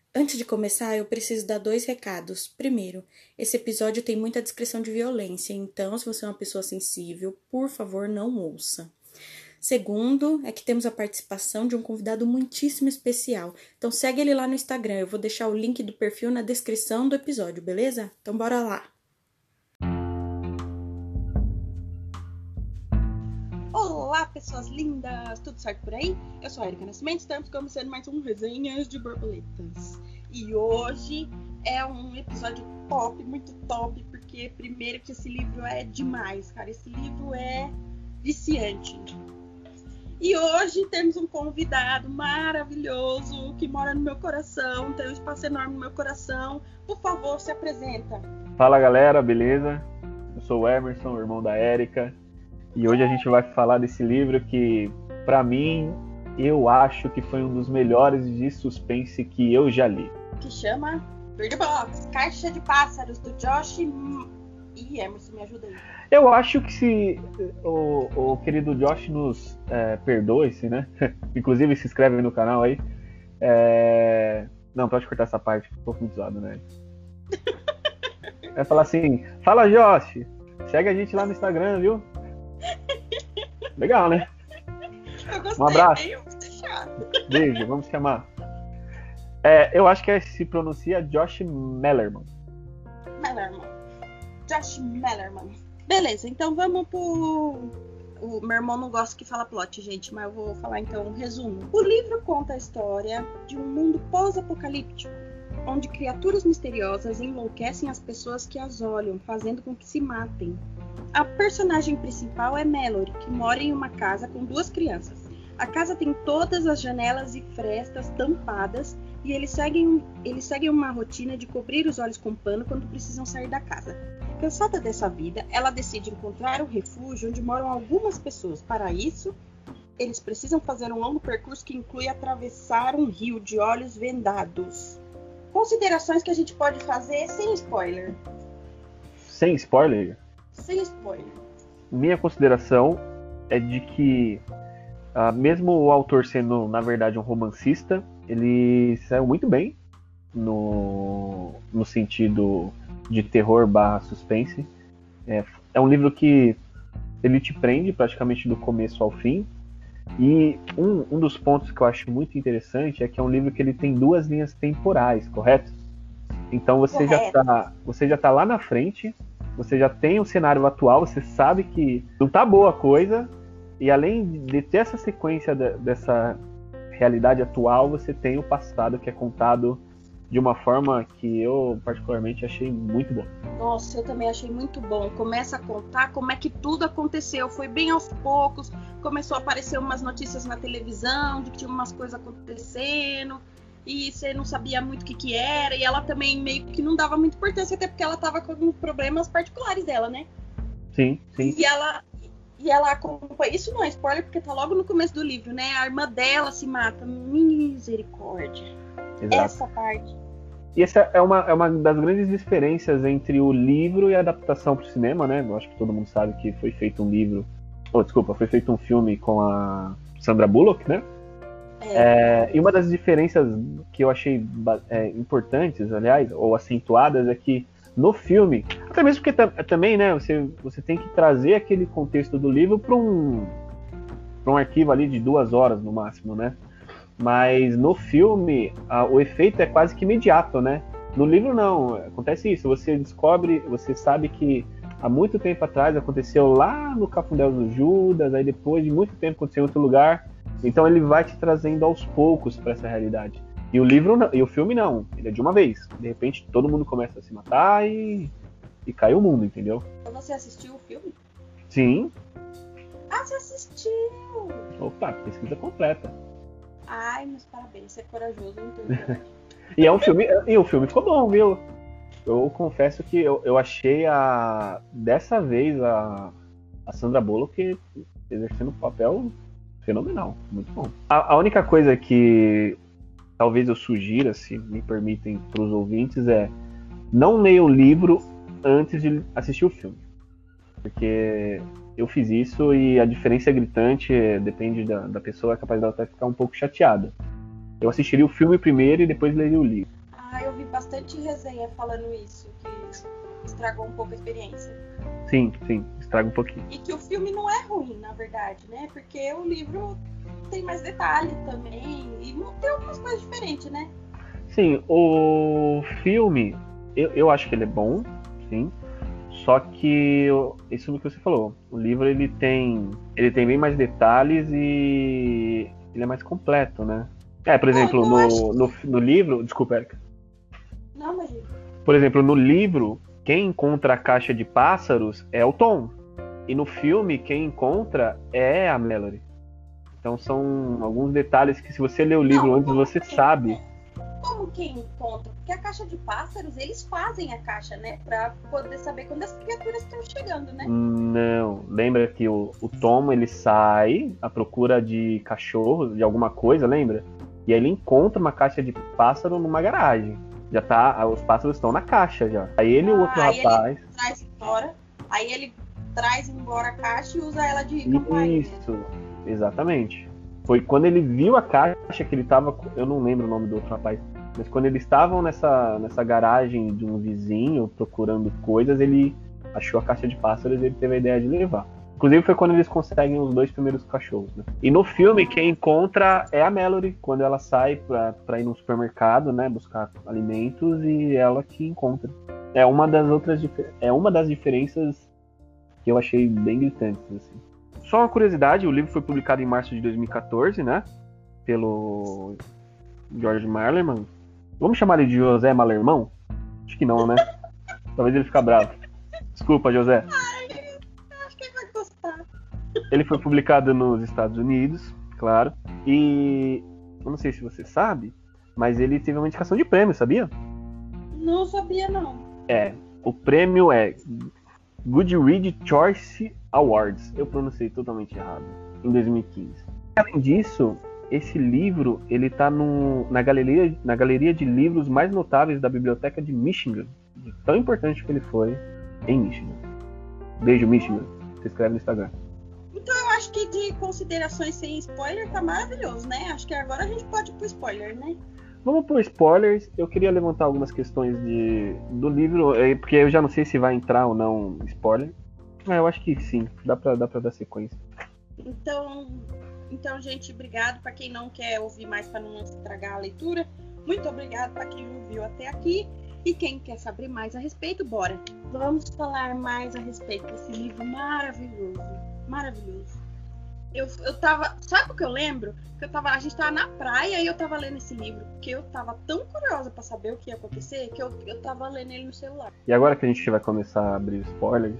Antes de começar, eu preciso dar dois recados. Primeiro, esse episódio tem muita descrição de violência, então, se você é uma pessoa sensível, por favor, não ouça. Segundo, é que temos a participação de um convidado muitíssimo especial. Então, segue ele lá no Instagram. Eu vou deixar o link do perfil na descrição do episódio, beleza? Então, bora lá! Olá, pessoas lindas! Tudo certo por aí? Eu sou a Erika Nascimento, estamos começando mais um Resenhas de Borboletas. E hoje é um episódio top, muito top, porque primeiro que esse livro é demais, cara. Esse livro é viciante. E hoje temos um convidado maravilhoso que mora no meu coração, tem um espaço enorme no meu coração. Por favor, se apresenta. Fala, galera, beleza? Eu sou o Emerson, o irmão da Erika. E hoje a gente vai falar desse livro que, pra mim, eu acho que foi um dos melhores de suspense que eu já li. Que chama Bird Box, Caixa de Pássaros, do Josh... Ih, Emerson, me ajuda aí. Eu acho que se o querido Josh nos perdoe-se, né? Inclusive, se inscreve no canal aí. Não, pode cortar essa parte, ficou muito zoado, né? Vai falar assim, fala, Josh, segue a gente lá no Instagram, viu? Legal, né? Eu gostei, Um abraço. meio fechado. Beijo, vamos chamar. Eu acho que se pronuncia Josh Mellerman. Mellerman. Josh Mellerman. Beleza, então vamos pro... O meu irmão não gosta que fala plot, gente, mas eu vou falar então um resumo. O livro conta a história de um mundo pós-apocalíptico, onde criaturas misteriosas enlouquecem as pessoas que as olham, fazendo com que se matem. A personagem principal é Mallory, que mora em uma casa com duas crianças. A casa tem todas as janelas e frestas tampadas e eles seguem uma rotina de cobrir os olhos com pano quando precisam sair da casa. Cansada dessa vida, ela decide encontrar um refúgio onde moram algumas pessoas. Para isso, eles precisam fazer um longo percurso que inclui atravessar um rio de olhos vendados. Considerações que a gente pode fazer sem spoiler. Sem spoiler? Sem spoiler. Minha consideração é de que, mesmo o autor sendo, na verdade, um romancista, ele saiu muito bem no sentido de terror / suspense. É um livro que ele te prende praticamente do começo ao fim. E um dos pontos que eu acho muito interessante é que é um livro que ele tem duas linhas temporais, correto? Então você já tá lá na frente, você já tem o cenário atual, você sabe que não tá boa a coisa, e além de ter essa sequência dessa realidade atual, você tem o passado que é contado de uma forma que eu particularmente achei muito bom. Nossa, eu também achei muito bom. Começa a contar como é que tudo aconteceu. Foi bem aos poucos. Começou a aparecer umas notícias na televisão de que tinha umas coisas acontecendo. E você não sabia muito o que era. E ela também meio que não dava muita importância, até porque ela tava com problemas particulares dela, né? Sim, sim. E ela acompanha. Isso não é spoiler, porque tá logo no começo do livro, né? A irmã dela se mata. Misericórdia. Exato. Essa parte. E essa é uma das grandes diferenças entre o livro e a adaptação para o cinema, né? Eu acho que todo mundo sabe que foi feito um livro... foi feito um filme com a Sandra Bullock, né? E uma das diferenças que eu achei importantes, aliás, ou acentuadas, é que no filme, até mesmo porque também, né, você tem que trazer aquele contexto do livro para um arquivo ali de 2 horas no máximo, né? Mas no filme, o efeito é quase que imediato, né? No livro não, acontece isso, você sabe que há muito tempo atrás aconteceu lá no Cafundé do Judas, aí depois de muito tempo aconteceu em outro lugar, então ele vai te trazendo aos poucos para essa realidade. E o livro não, e o filme não, ele é de uma vez, de repente todo mundo começa a se matar e cai o mundo, entendeu? Você assistiu o filme? Sim. Ah, você assistiu! Opa, pesquisa completa. Ai, mas parabéns, você é corajoso, não tenho. E o filme ficou bom, viu? Eu confesso que eu achei dessa vez a Sandra Bullock exercendo um papel fenomenal, muito bom. A única coisa que talvez eu sugira, se me permitem, para os ouvintes, é não leia o livro antes de assistir o filme. Porque eu fiz isso e a diferença é gritante, depende da pessoa, é capaz dela até ficar um pouco chateada. Eu assistiria o filme primeiro e depois leria o livro. vi bastante resenha falando isso, que estragou um pouco a experiência. Sim, estraga um pouquinho. E que o filme não é ruim, na verdade, né? Porque o livro tem mais detalhes também, e tem algumas coisas diferentes, né? Sim, o filme, eu acho que ele é bom, sim. Só que, isso é o que você falou, o livro ele tem bem mais detalhes e ele é mais completo, né? Por exemplo, no livro... Desculpa, Erika. Não, imagina. Por exemplo, no livro, quem encontra a caixa de pássaros é o Tom. E no filme, quem encontra é a Mallory. Então são alguns detalhes que se você ler o livro antes, você sabe. Como quem encontra? Porque a caixa de pássaros, eles fazem a caixa, né? Pra poder saber quando as criaturas estão chegando, né? Não. Lembra que o Tom, ele sai à procura de cachorros, de alguma coisa, lembra? E aí ele encontra uma caixa de pássaro numa garagem. Já tá, os pássaros estão na caixa já. Aí ele e o outro rapaz... Ele traz embora, aí ele traz embora a caixa e usa ela de campainha. Isso, exatamente. Foi quando ele viu a caixa que ele tava... Eu não lembro o nome do outro rapaz. Mas quando eles estavam nessa garagem de um vizinho procurando coisas, ele achou a caixa de pássaros e ele teve a ideia de levar. Inclusive foi quando eles conseguem os 2 primeiros cachorros, né? E no filme quem encontra é a Mallory, quando ela sai pra ir no supermercado, né? Buscar alimentos, e ela que encontra. É uma das diferenças que eu achei bem gritantes, assim. Só uma curiosidade, o livro foi publicado em março de 2014, né? Pelo George Malerman. Vamos chamar ele de José Malermão? Acho que não, né? Talvez ele fique bravo. Desculpa, José. Acho que ele vai gostar. Ele foi publicado nos Estados Unidos, claro. E eu não sei se você sabe, mas ele teve uma indicação de prêmio, sabia? Não sabia, não. O prêmio é Goodreads Choice Awards. Eu pronunciei totalmente errado. Em 2015. Além disso, esse livro ele tá na galeria de livros mais notáveis da Biblioteca de Michigan. De tão importante que ele foi em Michigan. Beijo, Michigan. Se inscreve no Instagram. Então eu acho que de considerações sem spoiler tá maravilhoso, né? Acho que agora a gente pode ir pro spoiler, né? Vamos por spoilers. Eu queria levantar algumas questões do livro, porque eu já não sei se vai entrar ou não spoiler. Mas eu acho que sim, dá pra dar sequência. Então, gente, obrigado para quem não quer ouvir mais para não estragar a leitura. Muito obrigado para quem ouviu até aqui. E quem quer saber mais a respeito, bora. Vamos falar mais a respeito desse livro maravilhoso. Maravilhoso. Eu tava... Sabe o que eu lembro? A gente tava na praia e eu tava lendo esse livro. Porque eu tava tão curiosa para saber o que ia acontecer que eu tava lendo ele no celular. E agora que a gente vai começar a abrir spoilers...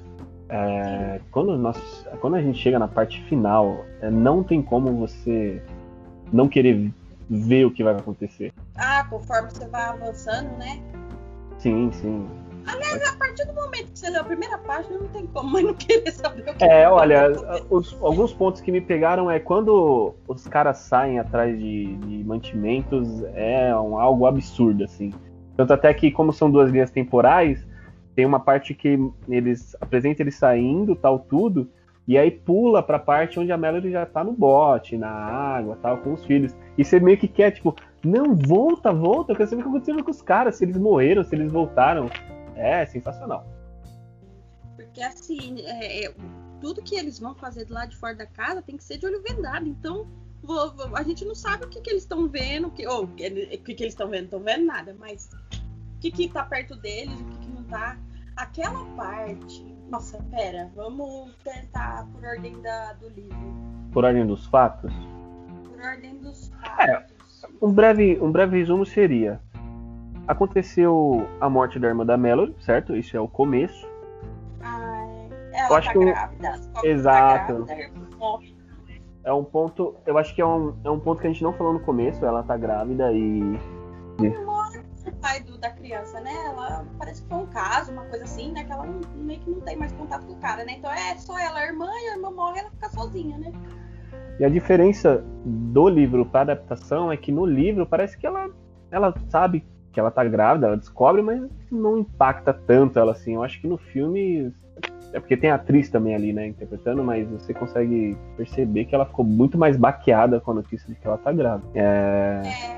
Quando a gente chega na parte final, não tem como você não querer ver o que vai acontecer. Conforme você vai avançando, né? Sim. Aliás, a partir do momento que você leu a primeira página, não tem como mas não querer saber o que vai acontecer. Alguns pontos que me pegaram é quando os caras saem atrás de mantimentos, algo absurdo, assim. Tanto até que, como são 2 linhas temporais, tem uma parte que eles apresentam ele saindo, tal, tudo, e aí pula pra parte onde a Mallory já tá no bote, na água, tal, com os filhos. E você meio que quer, tipo, não, volta, eu quero saber o que aconteceu com os caras, se eles morreram, se eles voltaram. É sensacional. Porque, assim, tudo que eles vão fazer do lado de fora da casa tem que ser de olho vendado. Então, a gente não sabe o que eles estão vendo, o que eles estão vendo, não estão vendo nada, mas o que tá perto deles, o que não tá. Aquela parte... Nossa, pera, vamos tentar por ordem do livro. Por ordem dos fatos? Por ordem dos fatos. Um breve resumo seria... Aconteceu a morte da irmã da Mallory, certo? Isso é o começo. Ela acho que grávida. Exato. Tá grávida, morre. É um ponto... Eu acho que é um ponto que a gente não falou no começo. Ela tá grávida e... Morre o pai da criança, né? Ela parece que foi um caso, uma coisa assim, né? Que ela meio que não tem mais contato com o cara, né? Então é só ela, a irmã, e a irmã morre, ela fica sozinha, né? E a diferença do livro pra adaptação é que no livro parece que ela sabe que ela tá grávida, ela descobre, mas não impacta tanto ela assim. Eu acho que no filme... É porque tem a atriz também ali, né, interpretando, mas você consegue perceber que ela ficou muito mais baqueada com a notícia de que ela tá grávida.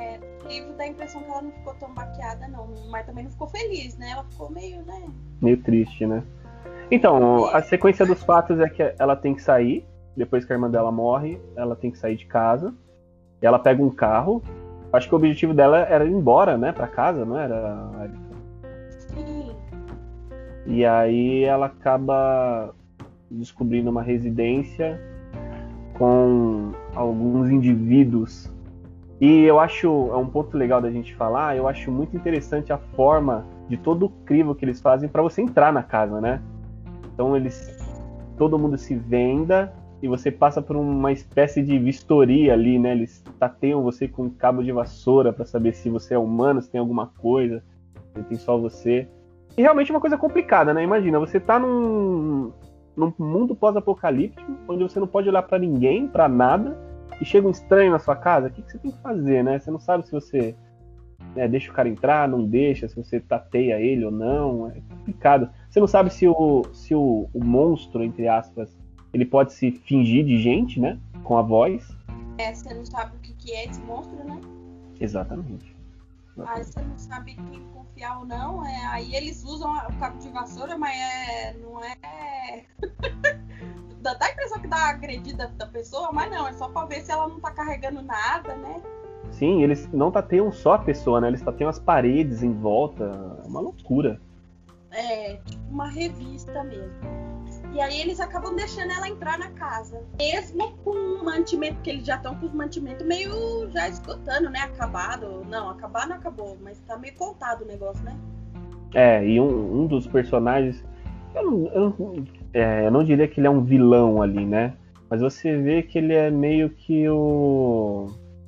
livro dá a impressão que ela não ficou tão baqueada, não. Mas também não ficou feliz, né? Ela ficou meio, né? Meio triste, né? Então, a sequência dos fatos é que ela tem que sair, depois que a irmã dela morre, ela tem que sair de casa. Ela pega um carro. Acho que o objetivo dela era ir embora, né, pra casa, não era? Sim. E aí ela acaba descobrindo uma residência com alguns indivíduos. E eu acho, é um ponto legal da gente falar, eu acho muito interessante a forma de todo o crivo que eles fazem para você entrar na casa, né? Então todo mundo se venda e você passa por uma espécie de vistoria ali, né? Eles tateiam você com um cabo de vassoura para saber se você é humano, se tem alguma coisa, se tem só você. E realmente é uma coisa complicada, né? Imagina, você tá num mundo pós-apocalíptico, onde você não pode olhar para ninguém, para nada, e chega um estranho na sua casa, o que você tem que fazer, né? Você não sabe se você deixa o cara entrar, não deixa, se você tateia ele ou não, é complicado. Você não sabe se o monstro, entre aspas, ele pode se fingir de gente, né? Com a voz. Você não sabe o que é esse monstro, né? Exatamente. Aí você não sabe quem confiar ou não. Aí eles usam o cabo de vassoura, mas não é... dá a impressão que dá a agredida da pessoa, mas não, é só pra ver se ela não tá carregando nada, né? Sim, eles não tateiam só a pessoa, né? Eles tateiam as paredes em volta. É uma loucura. É, tipo uma revista mesmo. E aí eles acabam deixando ela entrar na casa. Mesmo com o mantimento, que eles já estão com os mantimentos meio já esgotando, né? Acabado. Não, acabar não acabou, mas tá meio contado o negócio, né? E um dos personagens... Eu não diria que ele é um vilão ali, né? Mas você vê que ele é meio que o...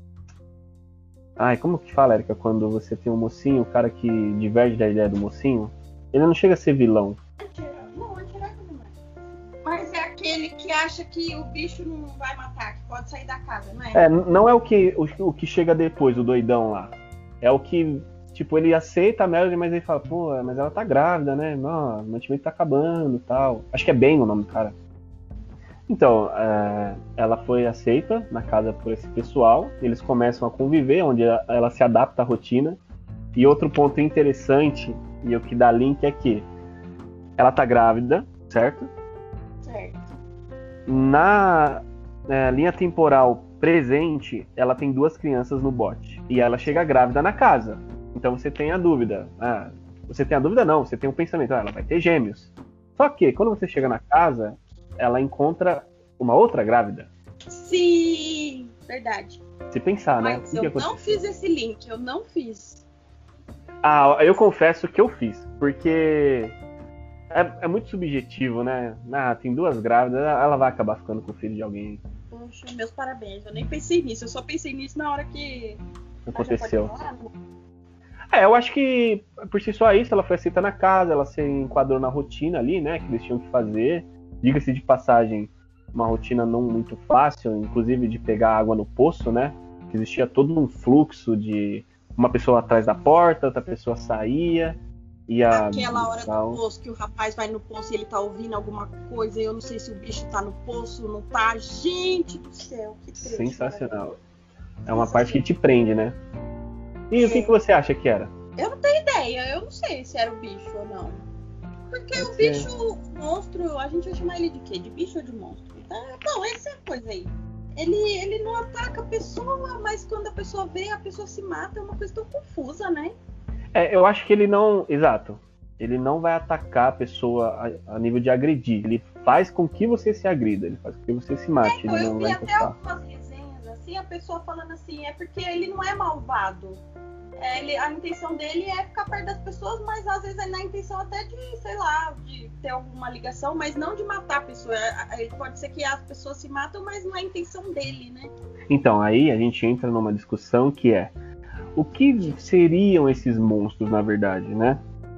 Ai, como que fala, Erika, quando você tem um mocinho, o cara que diverge da ideia do mocinho? Ele não chega a ser vilão. Não, anti-herói não é. Mas é aquele que acha que o bicho não vai matar, que pode sair da casa, não é? Não é o que chega depois, o doidão lá. É o que, tipo, ele aceita a Melody, mas ele fala, pô, mas ela tá grávida, né? Não, o mantimento tá acabando e tal. Acho que é Ben o nome do cara. Então, ela foi aceita na casa por esse pessoal, eles começam a conviver, onde ela se adapta à rotina. E outro ponto interessante, e o que dá link, é que ela tá grávida, certo? Certo. Na linha temporal presente, ela tem 2 crianças no bote. E ela chega grávida na casa. Então você tem a dúvida. Você tem a dúvida não, você tem um pensamento, ela vai ter gêmeos. Só que, quando você chega na casa, ela encontra uma outra grávida. Sim, verdade. Se pensar, né? Mas eu não fiz esse link, eu não fiz. Eu confesso que eu fiz, porque é muito subjetivo, né? Tem 2 grávidas, ela vai acabar ficando com o filho de alguém. Poxa, meus parabéns, eu nem pensei nisso, eu só pensei nisso na hora que aconteceu. Eu acho que por si só isso, ela foi aceita na casa, ela se enquadrou na rotina ali, né? Que eles tinham que fazer. Diga-se de passagem, uma rotina não muito fácil, inclusive de pegar água no poço, né? Existia todo um fluxo de uma pessoa atrás da porta, outra pessoa saía. Aquela hora do poço, que o rapaz vai no poço e ele tá ouvindo alguma coisa, eu não sei se o bicho tá no poço, não tá. Gente do céu, que triste. Sensacional. É uma parte que te prende, né? E o que você acha que era? Eu não tenho ideia, eu não sei se era o bicho ou não. Porque o bicho, o monstro, a gente vai chamar ele de quê? De bicho ou de monstro? Bom, essa é a coisa aí. Ele não ataca a pessoa, mas quando a pessoa vê, a pessoa se mata, é uma coisa tão confusa, né? Eu acho que ele não... Exato. Ele não vai atacar a pessoa a nível de agredir. Ele faz com que você se agrida, ele faz com que você se mate. Então, ele eu não vi vai até encostar. algumas resenhas, assim, a pessoa falando assim, é porque ele não é malvado. A intenção dele é ficar perto das pessoas, mas às vezes é na intenção até de, sei lá, de ter alguma ligação, mas não de matar a pessoa. Pode ser que as pessoas se matam, mas não é a intenção dele, né? Então, aí a gente entra numa discussão que é: o que seriam esses monstros, na verdade, né?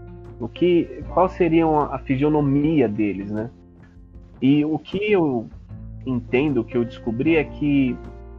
Qual seria a fisionomia deles, né? E o que eu entendo, o que eu descobri é que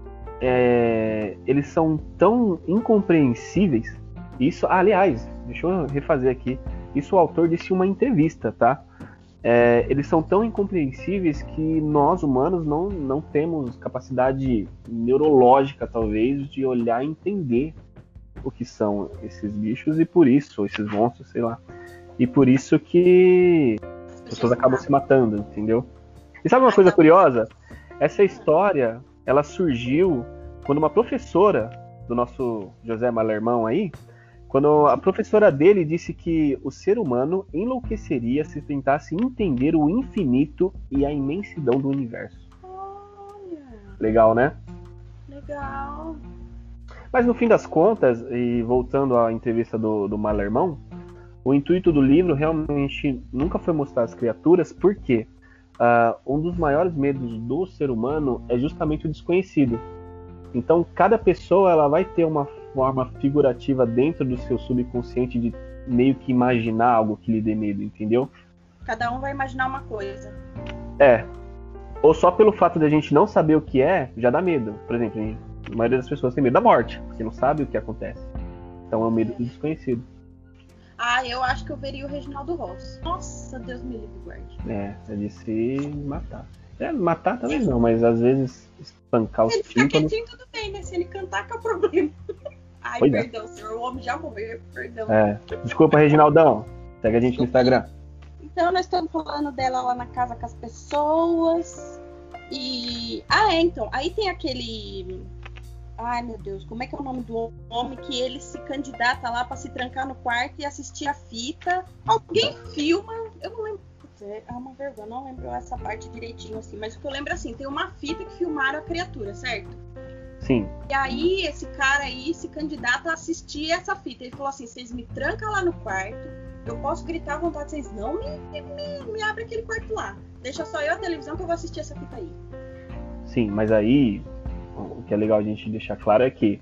eles são tão incompreensíveis. Isso, aliás, deixa eu refazer aqui. Isso o autor disse em uma entrevista, tá? Eles são tão incompreensíveis que nós, humanos, não temos capacidade neurológica, talvez, de olhar e entender o que são esses bichos e por isso, esses monstros, sei lá. E por isso que as pessoas acabam se matando, entendeu? E sabe uma coisa curiosa? Essa história, ela surgiu quando uma professora do nosso José Malermão aí, quando a professora dele disse que o ser humano enlouqueceria se tentasse entender o infinito e a imensidão do universo. Olha, Legal, né? legal. Mas no fim das contas, e voltando à entrevista do Malermão, o intuito do livro realmente nunca foi mostrar as criaturas, porque um dos maiores medos do ser humano é justamente o desconhecido. Então, cada pessoa ela vai ter uma forma figurativa dentro do seu subconsciente de meio que imaginar algo que lhe dê medo, entendeu? Cada um vai imaginar uma coisa. Ou só pelo fato de a gente não saber o que é, já dá medo. Por exemplo, a maioria das pessoas tem medo da morte, porque não sabe o que acontece. Então é o medo do desconhecido. Eu acho que eu veria o Reginaldo Rossi. Nossa, Deus me livre, guarde. É de se matar. Matar também não, mas às vezes espancar os Se ele ficar tímpanos. quietinho, tudo bem, né? Se ele cantar, que é o problema. Ai, Pois é. perdão, senhor. O homem já morreu, perdão. Desculpa, Reginaldão. Segue a gente no Instagram. Então, nós estamos falando dela lá na casa com as pessoas. E... então. Aí tem aquele... Ai, meu Deus. Como é que é o nome do homem que ele se candidata lá pra se trancar no quarto e assistir a fita? Alguém filma... Eu não lembro. É uma vergonha. Não lembro essa parte direitinho, assim. Mas o que eu lembro, assim, tem uma fita que filmaram a criatura, certo? Sim. E aí, esse cara aí se candidata a assistir essa fita. Ele falou assim, vocês me trancam lá no quarto, eu posso gritar à vontade, vocês não me abrem aquele quarto lá. Deixa só eu a televisão que eu vou assistir essa fita aí. Sim, mas aí o que é legal a gente deixar claro é que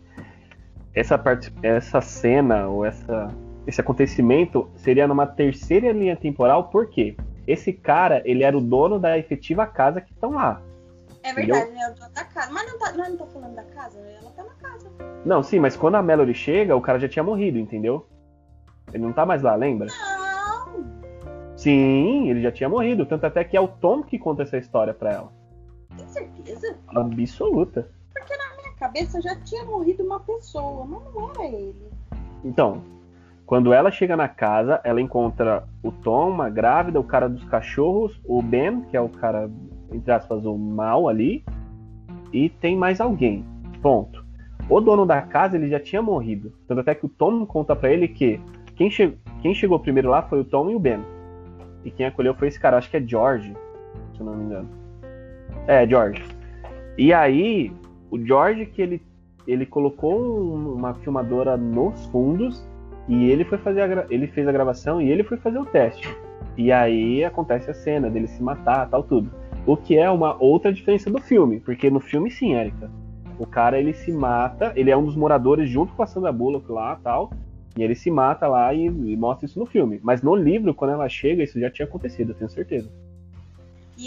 essa cena ou esse acontecimento seria numa terceira linha temporal, por quê? Esse cara, ele era o dono da efetiva casa que estão lá. É verdade, né? O dono da casa. Mas não tá falando da casa, ela tá na casa. Não, sim, mas quando a Mallory chega, o cara já tinha morrido, entendeu? Ele não tá mais lá, lembra? Não! Sim, ele já tinha morrido. Tanto até que é o Tom que conta essa história pra ela. Tem certeza? Absoluta. Porque na minha cabeça já tinha morrido uma pessoa, mas não era ele. Então, quando ela chega na casa, ela encontra o Tom, uma grávida, o cara dos cachorros, o Ben, que é o cara, entre aspas, o mal ali, e tem mais alguém. Ponto. O dono da casa, ele já tinha morrido. Tanto até que o Tom conta pra ele que quem chegou primeiro lá foi o Tom e o Ben. E quem acolheu foi esse cara, acho que é George, se eu não me engano. George. E aí, o George que ele colocou uma filmadora nos fundos e ele fez a gravação e ele foi fazer o teste. E aí acontece a cena dele se matar, tal, tudo. O que é uma outra diferença do filme, porque no filme sim, Érica, o cara ele se mata, ele é um dos moradores junto com a Sandra Bullock lá, tal, e ele se mata lá e mostra isso no filme. Mas no livro, quando ela chega, isso já tinha acontecido, eu tenho certeza. E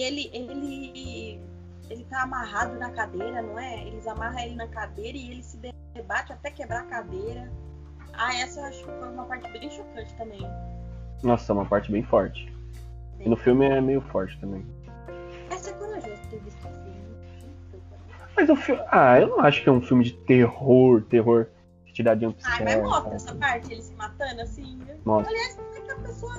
ele tá amarrado na cadeira, não é? Eles amarram ele na cadeira e ele se debate até quebrar a cadeira. Essa eu acho que foi uma parte bem chocante também. Nossa, uma parte bem forte. E no filme é meio forte também. Essa é corajosa ter visto o filme. Mas o filme... eu não acho que é um filme de terror que te dá jump scare. Mas mostra essa parte, ele se matando assim. Mostra. Aliás, como é que a pessoa...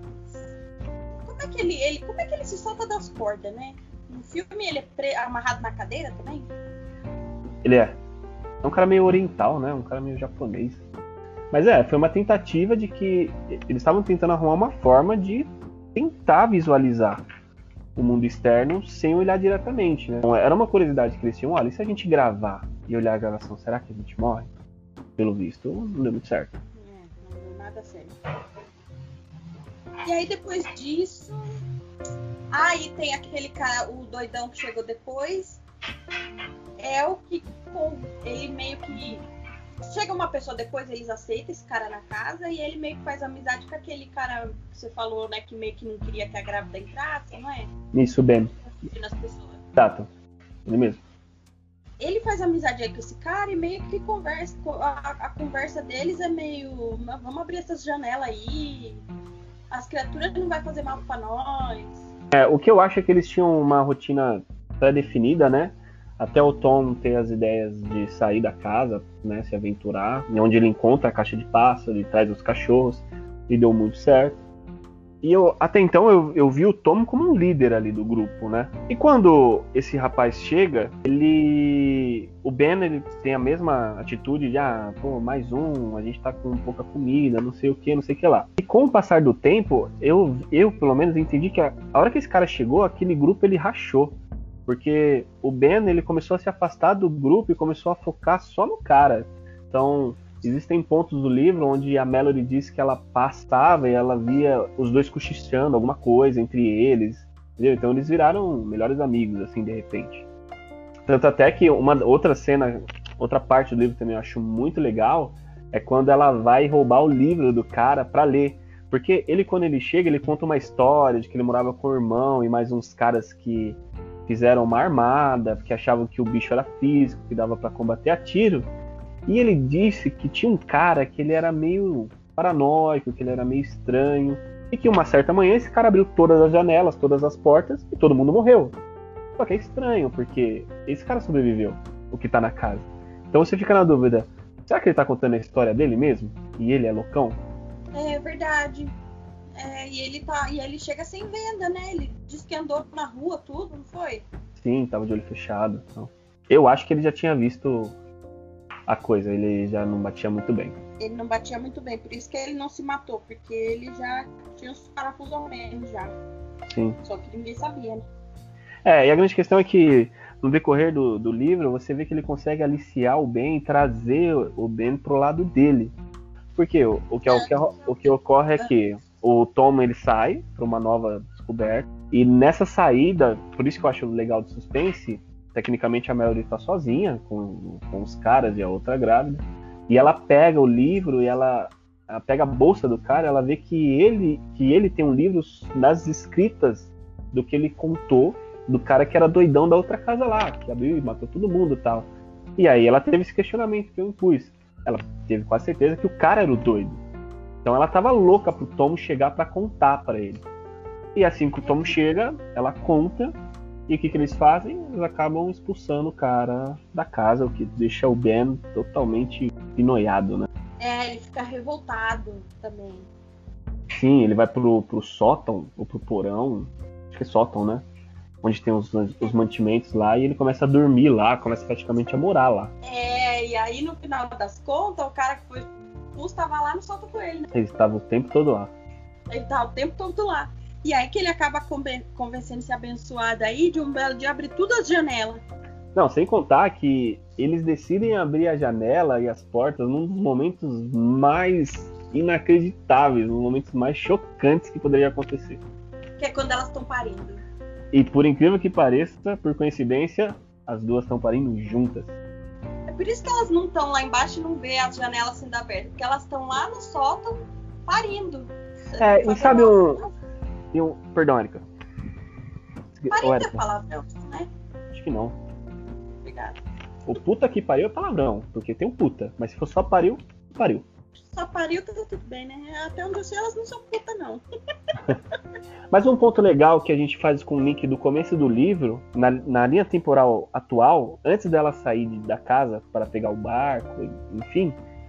Como é que ele se solta das cordas, né? No filme ele é amarrado na cadeira também? Ele é um cara meio oriental, né? Um cara meio japonês. Mas foi uma tentativa de que eles estavam tentando arrumar uma forma de tentar visualizar o mundo externo sem olhar diretamente, né? Então, era uma curiosidade que eles tinham, olha, e se a gente gravar e olhar a gravação, será que a gente morre? Pelo visto, não deu muito certo. Não deu nada certo. E aí depois disso... Aí tem aquele cara, o doidão que chegou depois. É o que ele meio que... Chega uma pessoa depois, eles aceitam esse cara na casa e ele meio que faz amizade com aquele cara que você falou, né? Que meio que não queria que a grávida entrasse, não é? Isso, Ben. Nas pessoas. Exato. Ele mesmo. Ele faz amizade aí com esse cara e meio que conversa. A conversa deles é meio... Vamos abrir essas janelas aí. As criaturas não vai fazer mal pra nós. O que eu acho é que eles tinham uma rotina pré-definida, né? até o Tom ter as ideias de sair da casa, né, se aventurar, e onde ele encontra a caixa de pássaro, ele traz os cachorros, e deu muito certo. E até então eu vi o Tom como um líder ali do grupo, né? E quando esse rapaz chega, o Ben, ele tem a mesma atitude de, mais um, a gente tá com pouca comida, não sei o que lá. E com o passar do tempo, eu pelo menos entendi que a hora que esse cara chegou, aquele grupo ele rachou. Porque o Ben, ele começou a se afastar do grupo e começou a focar só no cara. Então, existem pontos do livro onde a Mallory diz que ela passava e ela via os dois cochichando alguma coisa entre eles, entendeu? Então eles viraram melhores amigos, assim, de repente. Tanto até que uma outra cena, outra parte do livro também eu acho muito legal, é quando ela vai roubar o livro do cara pra ler. Porque ele, quando ele chega, ele conta uma história de que ele morava com o irmão e mais uns caras que fizeram uma armada, que achavam que o bicho era físico, que dava pra combater a tiro. E ele disse que tinha um cara que ele era meio paranoico, que ele era meio estranho, e que uma certa manhã esse cara abriu todas as janelas, todas as portas, e todo mundo morreu. Só que é estranho, porque esse cara sobreviveu, o que tá na casa. Então você fica na dúvida, será que ele tá contando a história dele mesmo? E ele é loucão? É verdade. E ele chega sem venda, né? Ele disse que andou na rua, tudo, não foi? Sim, tava de olho fechado. Então. Eu acho que ele já tinha visto a coisa, ele já não batia muito bem. Ele não batia muito bem, por isso que ele não se matou, porque ele já tinha os parafusos ao menos já. Sim. Só que ninguém sabia, né? E a grande questão é que no decorrer do livro, você vê que ele consegue aliciar o Ben e trazer o Ben pro lado dele. Porque o que ocorre é que o Tom, ele sai para uma nova descoberta, e nessa saída, por isso que eu acho legal de suspense, tecnicamente a Mallory tá sozinha com os caras e a outra grávida, e ela pega o livro e ela pega a bolsa do cara, ela vê que ele tem um livro das escritas do que ele contou do cara que era doidão da outra casa lá, que abriu e matou todo mundo e tal. E aí ela teve esse questionamento que eu impus. Ela teve quase certeza que o cara era o doido. Então ela tava louca pro Tom chegar pra contar pra ele. E assim que o Tom chega, ela conta. E o que eles fazem? Eles acabam expulsando o cara da casa, o que deixa o Ben totalmente enoiado, né? Ele fica revoltado também. Sim, ele vai pro sótão, ou pro porão, acho que é sótão, né? Onde tem os mantimentos lá, e ele começa a dormir lá, começa praticamente a morar lá. E aí no final das contas, o cara que foi expulso estava lá no sótão com ele, né? Ele estava o tempo todo lá. Ele estava o tempo todo lá. E aí que ele acaba convencendo esse abençoado aí de um belo dia abrir todas as janelas. Não, sem contar que eles decidem abrir a janela e as portas num dos momentos mais inacreditáveis, nos momentos mais chocantes que poderia acontecer. Que é quando elas estão parindo. E por incrível que pareça, por coincidência, as duas estão parindo juntas. É por isso que elas não estão lá embaixo e não vê as janelas sendo abertas. Porque elas estão lá no sótão parindo. E sabe Perdão, Erika. Parindo é palavrão, né? Acho que não. Obrigada. O puta que pariu é palavrão, porque tem um puta. Mas se for só pariu. Só pariu, tá tudo bem, né? Até onde eu sei, elas não são puta, não. Mas um ponto legal que a gente faz com o link do começo do livro, na linha temporal atual, antes dela sair da casa para pegar o barco, enfim,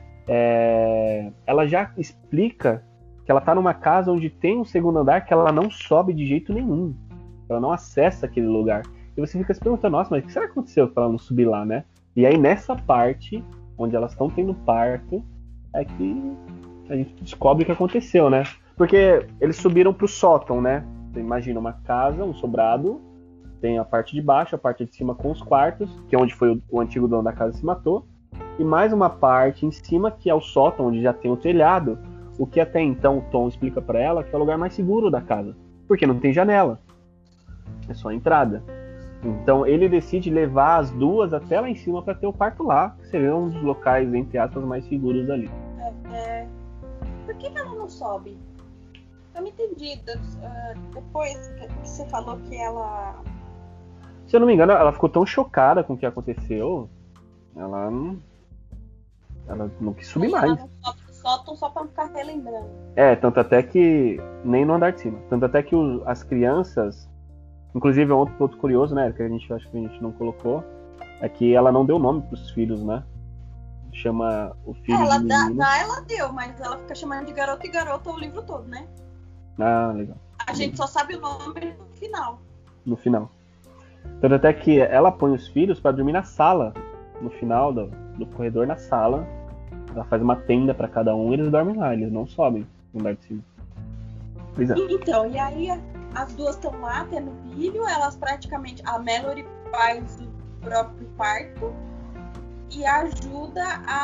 ela já explica que ela tá numa casa onde tem um segundo andar que ela não sobe de jeito nenhum. Ela não acessa aquele lugar. E você fica se perguntando, nossa, mas o que será que aconteceu pra ela não subir lá, né? E aí nessa parte, onde elas estão tendo parto, é que a gente descobre o que aconteceu, né? Porque eles subiram pro sótão, né? Você imagina uma casa, um sobrado, tem a parte de baixo, a parte de cima com os quartos, que é onde foi o antigo dono da casa se matou, e mais uma parte em cima, que é o sótão, onde já tem o telhado, o que até então o Tom explica pra ela que é o lugar mais seguro da casa, porque não tem janela, é só a entrada. Então ele decide levar as duas até lá em cima para ter o quarto lá, que seria um dos locais, entre aspas, mais seguros ali. Por que ela não sobe? Eu não entendi. Depois que você falou que ela... Se eu não me engano, ela ficou tão chocada com o que aconteceu, ela não quis subir mais. Ela não sobe no sótão só pra não ficar relembrando. Tanto até que... Nem no andar de cima. Tanto até que as crianças... Inclusive, é um outro ponto curioso, né, que acho que a gente não colocou, é que ela não deu nome pros filhos, né? Chama o filho Ela de menino. ela deu, mas ela fica chamando de garoto e garota o livro todo, né? Ah, legal. A gente só sabe o nome no final. No final. Tanto até que ela põe os filhos pra dormir na sala. No final do corredor, na sala. Ela faz uma tenda pra cada um e eles dormem lá. Eles não sobem no andar de cima. Pois é. Então, e aí as duas estão lá tendo filho. Elas praticamente... A Mallory faz o próprio parto. E ajuda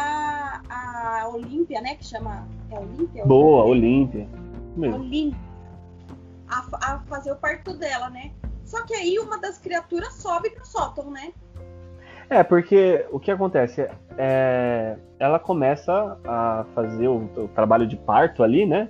a Olímpia, né? Que chama... É Olímpia? Boa, Olímpia. Olímpia. A fazer o parto dela, né? Só que aí uma das criaturas sobe pro sótão, né? É, porque o que acontece ela começa a fazer o trabalho de parto ali, né?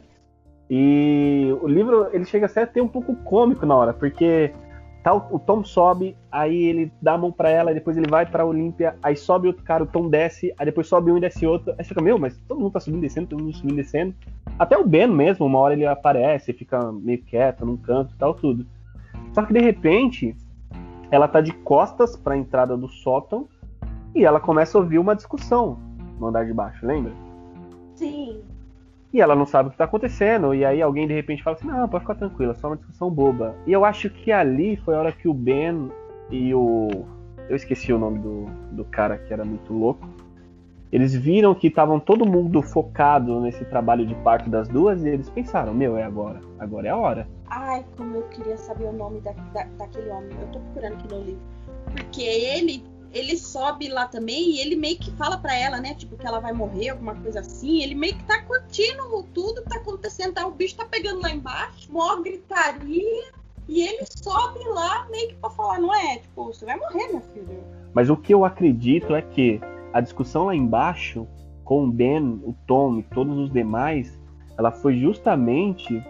E o livro, ele chega até a ter um pouco cômico na hora, porque o Tom sobe, aí ele dá a mão pra ela, depois ele vai pra Olímpia, aí sobe outro cara, o Tom desce, aí depois sobe um e desce outro. Aí você fica, mas todo mundo tá subindo e descendo, todo mundo subindo e descendo. Até o Ben mesmo, uma hora ele aparece, fica meio quieto num canto e tal, tudo. Só que de repente, ela tá de costas pra entrada do sótão e ela começa a ouvir uma discussão no andar de baixo, lembra? Sim. E ela não sabe o que tá acontecendo, e aí alguém de repente fala assim, não, pode ficar tranquila, só uma discussão boba. E eu acho que ali foi a hora que o Ben e o... Eu esqueci o nome do cara que era muito louco. Eles viram que estavam todo mundo focado nesse trabalho de parto das duas, e eles pensaram, é agora é a hora. Ai, como eu queria saber o nome daquele homem. Eu tô procurando aqui no livro. Porque ele sobe lá também e ele meio que fala pra ela, né? Tipo, que ela vai morrer, alguma coisa assim. Ele meio que tá curtindo tudo que tá acontecendo. Tá? O bicho tá pegando lá embaixo, mó gritaria. E ele sobe lá meio que pra falar, não é? Tipo, você vai morrer, minha filha. Mas o que eu acredito é que a discussão lá embaixo, com o Ben, o Tom e todos os demais, ela foi justamente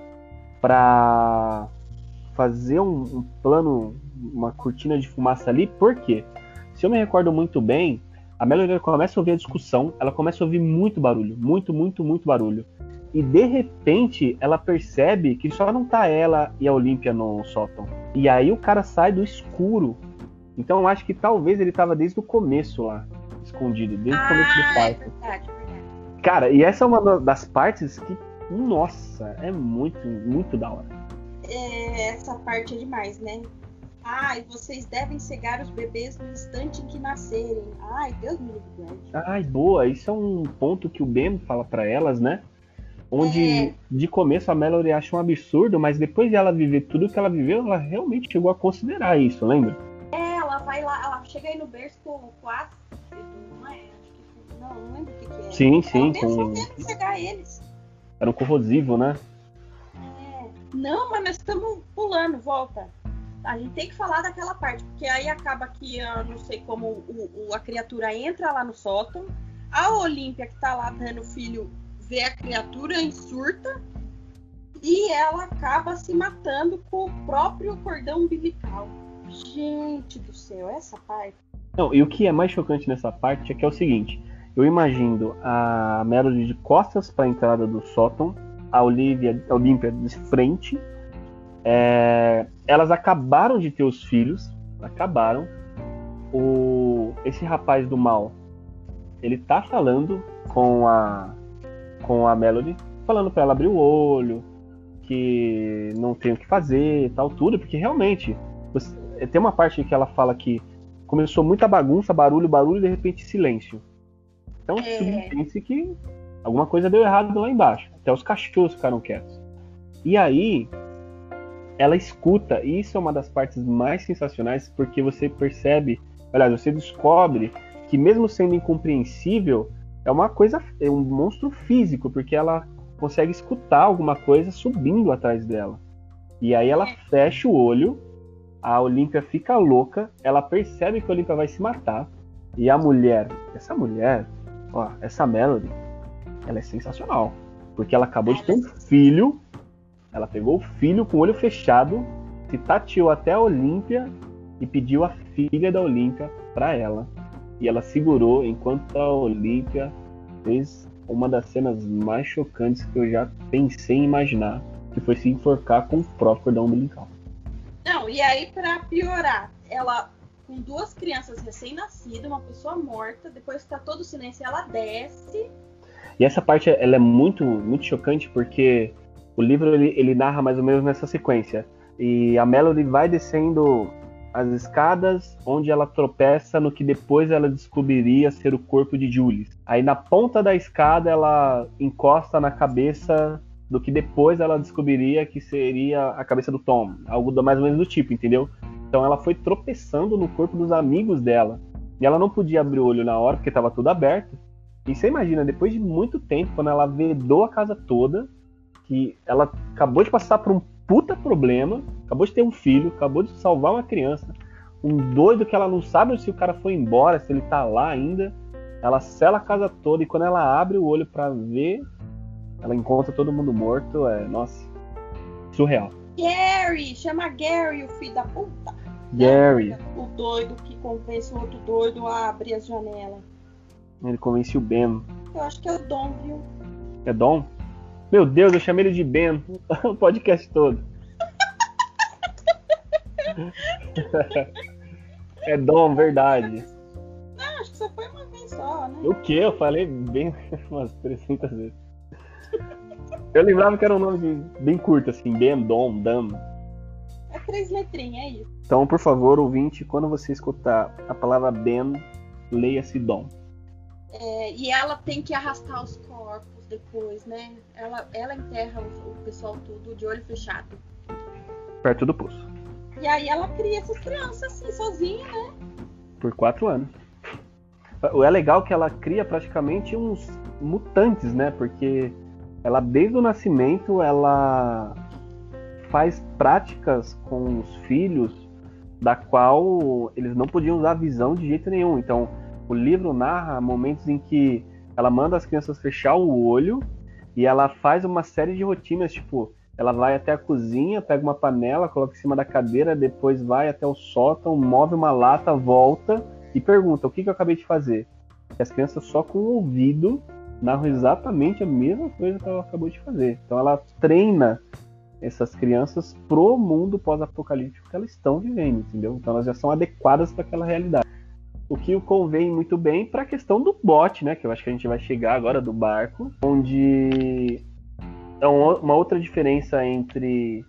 pra fazer um plano, uma cortina de fumaça ali. Por quê? Se eu me recordo muito bem, a Melody começa a ouvir a discussão, ela começa a ouvir muito barulho, muito barulho. E de repente ela percebe que só não tá ela e a Olímpia no sótão. E aí o cara sai do escuro. Então eu acho que talvez ele tava desde o começo lá, escondido, desde o começo do parto. É verdade. Cara, e essa é uma das partes que, nossa, é muito da hora. Essa parte é demais, né? Ai, vocês devem cegar os bebês no instante em que nascerem. Ai, Deus me livre. Ai, boa. Isso é um ponto que o Ben fala pra elas, né? Onde, de começo, a Mallory acha um absurdo, mas depois de ela viver tudo que ela viveu, ela realmente chegou a considerar isso, lembra? Ela vai lá, ela chega aí no berço com ácido, não é? Acho que não lembro o que é. Sim. Ela pensou mesmo em cegar eles. Era um corrosivo, né? Não, mas nós estamos pulando, volta. A gente tem que falar daquela parte, porque aí acaba que, eu não sei como a criatura entra lá no sótão, a Olímpia que tá lá dando filho vê a criatura em surta e ela acaba se matando com o próprio cordão umbilical. Gente do céu, essa parte... Não, e o que é mais chocante nessa parte é que é o seguinte, eu imagino a Melody de costas para a entrada do sótão, a Olímpia de frente. Elas acabaram de ter os filhos. Acabaram. Esse rapaz do mal, ele tá falando com a Melody, falando pra ela abrir o olho, que não tem o que fazer, tal, tudo, porque realmente tem uma parte que ela fala que começou muita bagunça, barulho, e de repente silêncio. Então subentende-se que alguma coisa deu errado lá embaixo. Até os cachorros ficaram quietos. E aí ela escuta, e isso é uma das partes mais sensacionais, porque você percebe, aliás, você descobre que mesmo sendo incompreensível, é um monstro físico, porque ela consegue escutar alguma coisa subindo atrás dela. E aí ela fecha o olho, a Olímpia fica louca, ela percebe que a Olímpia vai se matar, e essa Melody, ela é sensacional, porque ela acabou de ter um filho. Ela pegou o filho com o olho fechado, se tateou até a Olímpia e pediu a filha da Olímpia para ela. E ela segurou enquanto a Olímpia fez uma das cenas mais chocantes que eu já pensei em imaginar, que foi se enforcar com o próprio cordão umbilical. Não, e aí pra piorar, ela com 2 crianças recém-nascidas, uma pessoa morta, depois que tá todo o silêncio, ela desce. E essa parte, ela é muito, muito chocante, porque o livro, ele narra mais ou menos nessa sequência. E a Melody vai descendo as escadas, onde ela tropeça no que depois ela descobriria ser o corpo de Julius. Aí na ponta da escada ela encosta na cabeça do que depois ela descobriria que seria a cabeça do Tom. Algo mais ou menos do tipo, entendeu? Então ela foi tropeçando no corpo dos amigos dela. E ela não podia abrir o olho na hora, porque estava tudo aberto. E você imagina, depois de muito tempo, quando ela vedou a casa toda, que ela acabou de passar por um puta problema, acabou de ter um filho, acabou de salvar uma criança, um doido que ela não sabe se o cara foi embora, se ele tá lá ainda. Ela sela a casa toda e quando ela abre o olho pra ver, ela encontra todo mundo morto. Nossa, surreal. Gary! Chama Gary, o filho da puta. Gary. O doido que convence o outro doido a abrir as janelas. Ele convence o Ben. Eu acho que é o Dom, viu? É Dom? Meu Deus, eu chamei ele de Ben o podcast todo. É Dom, verdade. Não, acho que só foi uma vez só, né? O quê? Eu falei bem umas 300 vezes. Eu lembrava que era um nome bem curto, assim, Ben, Dom, Dam. É 3 letrinhas, é isso. Então, por favor, ouvinte, quando você escutar a palavra Ben, leia-se Dom. E ela tem que arrastar os corpos depois, né? Ela enterra o pessoal tudo de olho fechado. Perto do poço. E aí ela cria essas crianças assim, sozinha, né? Por 4 anos. É legal que ela cria praticamente uns mutantes, né? Porque ela, desde o nascimento, ela faz práticas com os filhos da qual eles não podiam usar visão de jeito nenhum. Então, o livro narra momentos em que ela manda as crianças fechar o olho e ela faz uma série de rotinas, tipo, ela vai até a cozinha, pega uma panela, coloca em cima da cadeira, depois vai até o sótão, move uma lata, volta e pergunta: o que eu acabei de fazer? E as crianças só com o ouvido narram exatamente a mesma coisa que ela acabou de fazer. Então ela treina essas crianças pro mundo pós-apocalíptico que elas estão vivendo, entendeu? Então elas já são adequadas para aquela realidade. O que convém muito bem para a questão do bote, né? Que eu acho que a gente vai chegar agora, do barco, onde é uma outra diferença entre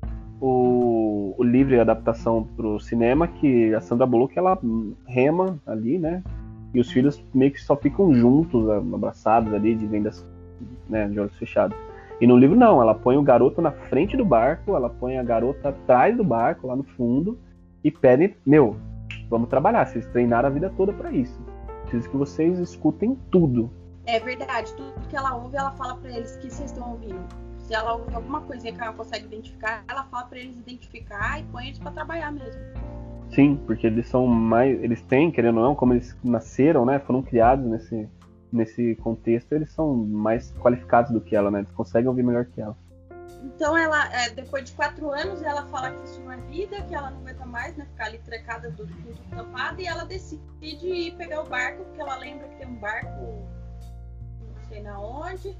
o livro e a adaptação para o cinema, que a Sandra Bullock, ela rema ali, né? E os filhos meio que só ficam juntos, abraçados ali, de vendas, né, de olhos fechados. E no livro não, ela põe o garoto na frente do barco, ela põe a garota atrás do barco, lá no fundo, e pede: vamos trabalhar, vocês treinaram a vida toda pra isso. Preciso que vocês escutem tudo. É verdade, tudo que ela ouve, ela fala pra eles que vocês estão ouvindo. Se ela ouve alguma coisinha que ela consegue identificar, ela fala pra eles identificar e põe eles pra trabalhar mesmo. Sim, porque eles são mais... Eles têm, querendo ou não, como eles nasceram, né? Foram criados nesse contexto, eles são mais qualificados do que ela, né? Eles conseguem ouvir melhor que ela. Então ela, depois de 4 anos, ela fala que isso não é vida, que ela não aguenta mais, né? Ficar ali trecada com tudo tampado, e ela decide ir pegar o barco, porque ela lembra que tem um barco, não sei na onde.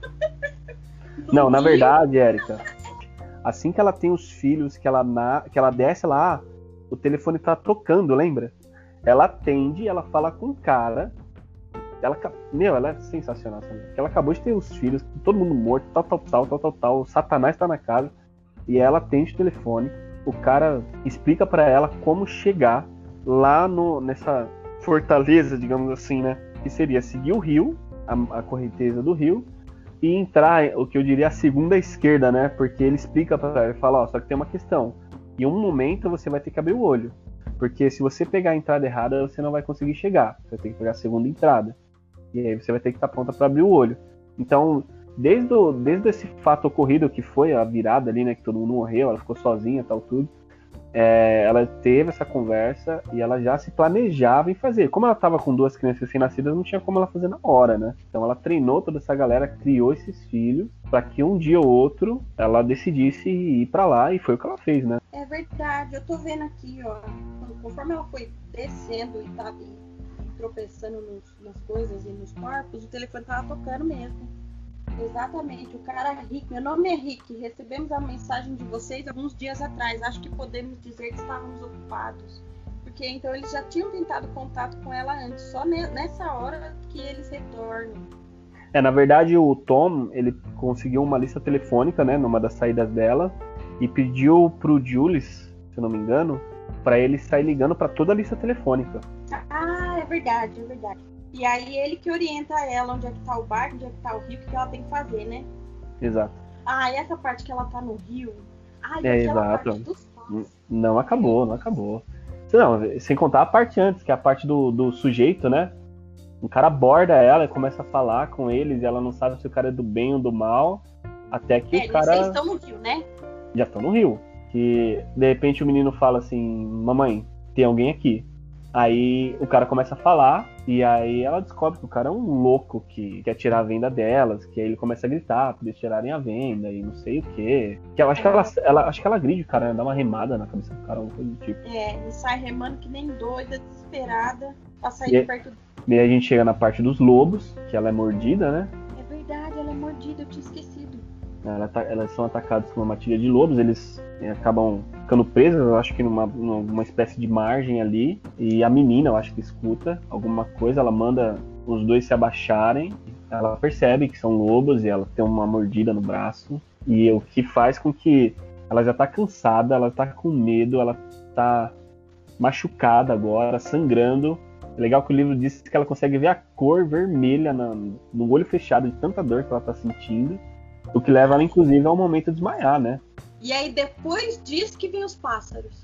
Não, na verdade, Érica, assim que ela tem os filhos, que ela desce lá, o telefone tá tocando, lembra? Ela atende, ela fala com o cara. Ela é sensacional, sabe? Ela acabou de ter os filhos, todo mundo morto, tal. O Satanás tá na casa. E ela atende o telefone. O cara explica pra ela como chegar lá nessa fortaleza, digamos assim, né? Que seria seguir o rio, a correnteza do rio, e entrar, o que eu diria, a segunda esquerda, né? Porque ele explica pra ela, ele fala: só que tem uma questão. Em um momento você vai ter que abrir o olho. Porque se você pegar a entrada errada, você não vai conseguir chegar. Você vai ter que pegar a segunda entrada. E aí você vai ter que estar pronta para abrir o olho. Então, desde esse fato ocorrido, que foi a virada ali, né? Que todo mundo morreu, ela ficou sozinha, tal, tudo. Ela teve essa conversa e ela já se planejava em fazer. Como ela estava com 2 crianças recém-nascidas, não tinha como ela fazer na hora, né? Então ela treinou toda essa galera, criou esses filhos, para que um dia ou outro ela decidisse ir para lá, e foi o que ela fez, né? É verdade, eu tô vendo aqui, ó. Conforme ela foi descendo e tropeçando nas coisas e nos corpos, o telefone tava tocando mesmo. Exatamente, o cara Rick, meu nome é Rick, recebemos a mensagem de vocês alguns dias atrás, acho que podemos dizer que estávamos ocupados. Porque então eles já tinham tentado contato com ela antes, só nessa hora que eles retornam. Na verdade, o Tom, ele conseguiu uma lista telefônica, né, numa das saídas dela, e pediu pro Julius, se eu não me engano, pra ele sair ligando pra toda a lista telefônica. Ah, é verdade. E aí ele que orienta ela onde é que tá o barco, onde é que tá o rio, o que ela tem que fazer, né? Exato. Ah, e essa parte que ela tá no rio. Ah, e Exato. parte dos pais. Não acabou. Não, sem contar a parte antes, que é a parte do sujeito, né? O cara aborda ela e começa a falar com eles, e ela não sabe se o cara é do bem ou do mal, até que o cara... Eles estão no rio, né? Já estão no rio. Que, de repente, o menino fala assim, mamãe, tem alguém aqui. Aí o cara começa a falar, e aí ela descobre que o cara é um louco que quer tirar a venda delas, que aí ele começa a gritar pra eles tirarem a venda e não sei o quê. Que eu acho que ela agride o cara, dá uma remada na cabeça do cara, uma coisa do tipo. E sai remando que nem doida, desesperada, pra sair de perto do... E aí a gente chega na parte dos lobos, que ela é mordida, né? É verdade, ela é mordida, eu tinha esquecido. Elas são atacadas por uma matilha de lobos, eles acabam ficando presos, eu acho que numa espécie de margem ali, e a menina, eu acho que escuta alguma coisa, ela manda os dois se abaixarem, ela percebe que são lobos e ela tem uma mordida no braço, e o que faz com que ela já tá cansada, ela tá com medo, ela tá machucada agora, sangrando. É legal que o livro diz que ela consegue ver a cor vermelha no olho fechado de tanta dor que ela tá sentindo, o que leva ela, inclusive, ao momento de desmaiar, né? E aí, depois disso que vem os pássaros.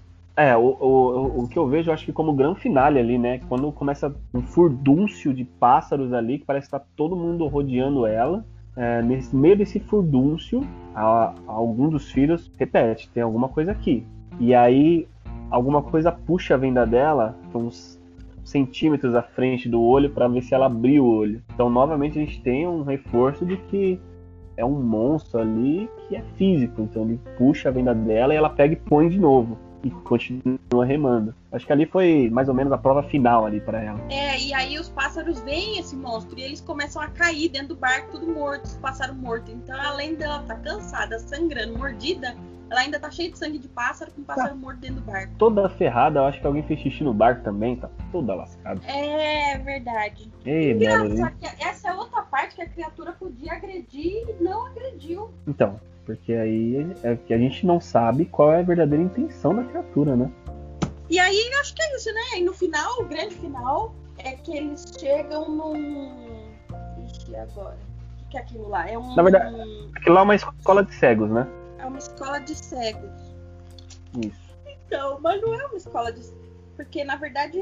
O que eu vejo, eu acho que como grande finale ali, né? Quando começa um furdúncio de pássaros ali, que parece que tá todo mundo rodeando ela. Nesse meio desse furdúncio, algum dos filhos repete, tem alguma coisa aqui. E aí, alguma coisa puxa a venda dela uns centímetros à frente do olho para ver se ela abriu o olho. Então, novamente, a gente tem um reforço de que é um monstro ali que é físico, então ele puxa a venda dela e ela pega e põe de novo e continua remando. Acho que ali foi mais ou menos a prova final ali para ela. E aí os pássaros veem esse monstro e eles começam a cair dentro do barco, tudo morto, os pássaros mortos. Então, além dela estar cansada, sangrando, mordida, ela ainda tá cheia de sangue de pássaro, com pássaro morto dentro do barco. Toda ferrada, eu acho que alguém fez xixi no barco também, tá toda lascada. É verdade. Engraçado que essa é outra parte que a criatura podia agredir e não agrediu. Então, porque aí é que a gente não sabe qual é a verdadeira intenção da criatura, né? E aí, acho que é isso, né? E no final, o grande final, é que eles chegam num... Ixi, agora? O que é aquilo lá? Na verdade, aquilo lá é uma escola de cegos, né? É uma escola de cegos. Isso. Então, mas não é uma escola de... Porque, na verdade,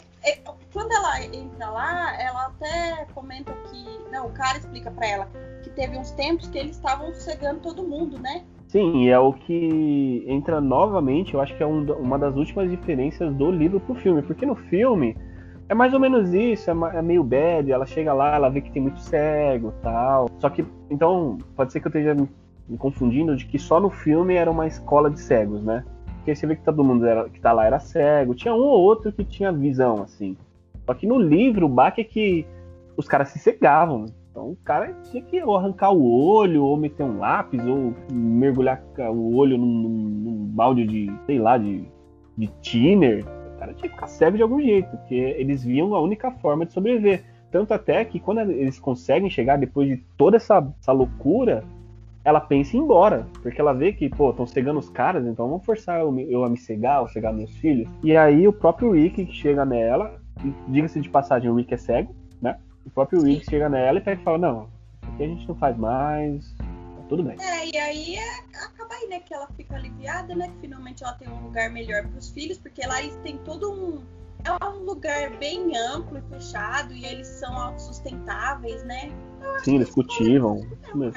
quando ela entra lá, ela até comenta que... Não, o cara explica pra ela que teve uns tempos que eles estavam cegando todo mundo, né? Sim, e é o que entra novamente, eu acho que é uma das últimas diferenças do livro pro filme. Porque no filme é mais ou menos isso, é meio bad, ela chega lá, ela vê que tem muito cego e tal. Só que, então, pode ser que eu esteja me confundindo de que só no filme era uma escola de cegos, né? Porque você vê que todo mundo que tá lá era cego, tinha um ou outro que tinha visão, assim. Só que no livro, o baque é que os caras se cegavam. Então o cara tinha que ou arrancar o olho, ou meter um lápis, ou mergulhar o olho num balde de, sei lá, de thinner. O cara tinha que ficar cego de algum jeito, porque eles viam a única forma de sobreviver. Tanto até que quando eles conseguem chegar depois de toda essa loucura, ela pensa em ir embora, porque ela vê que, estão cegando os caras, então vamos forçar eu a me cegar, ou cegar meus filhos. E aí o próprio Rick que chega nela, e diga-se de passagem, o Rick é cego, né? O próprio Rick chega nela e fala, não, isso aqui a gente não faz mais, tá tudo bem. E aí acaba aí, né, que ela fica aliviada, né, que finalmente ela tem um lugar melhor pros filhos, porque lá eles têm todo é um lugar bem amplo e fechado, e eles são autossustentáveis, né? Sim, eles cultivam, isso mesmo.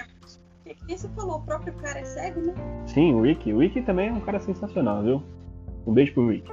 E você falou, o próprio cara é cego, né? Sim, o Rick. O Rick também é um cara sensacional, viu? Um beijo pro Rick.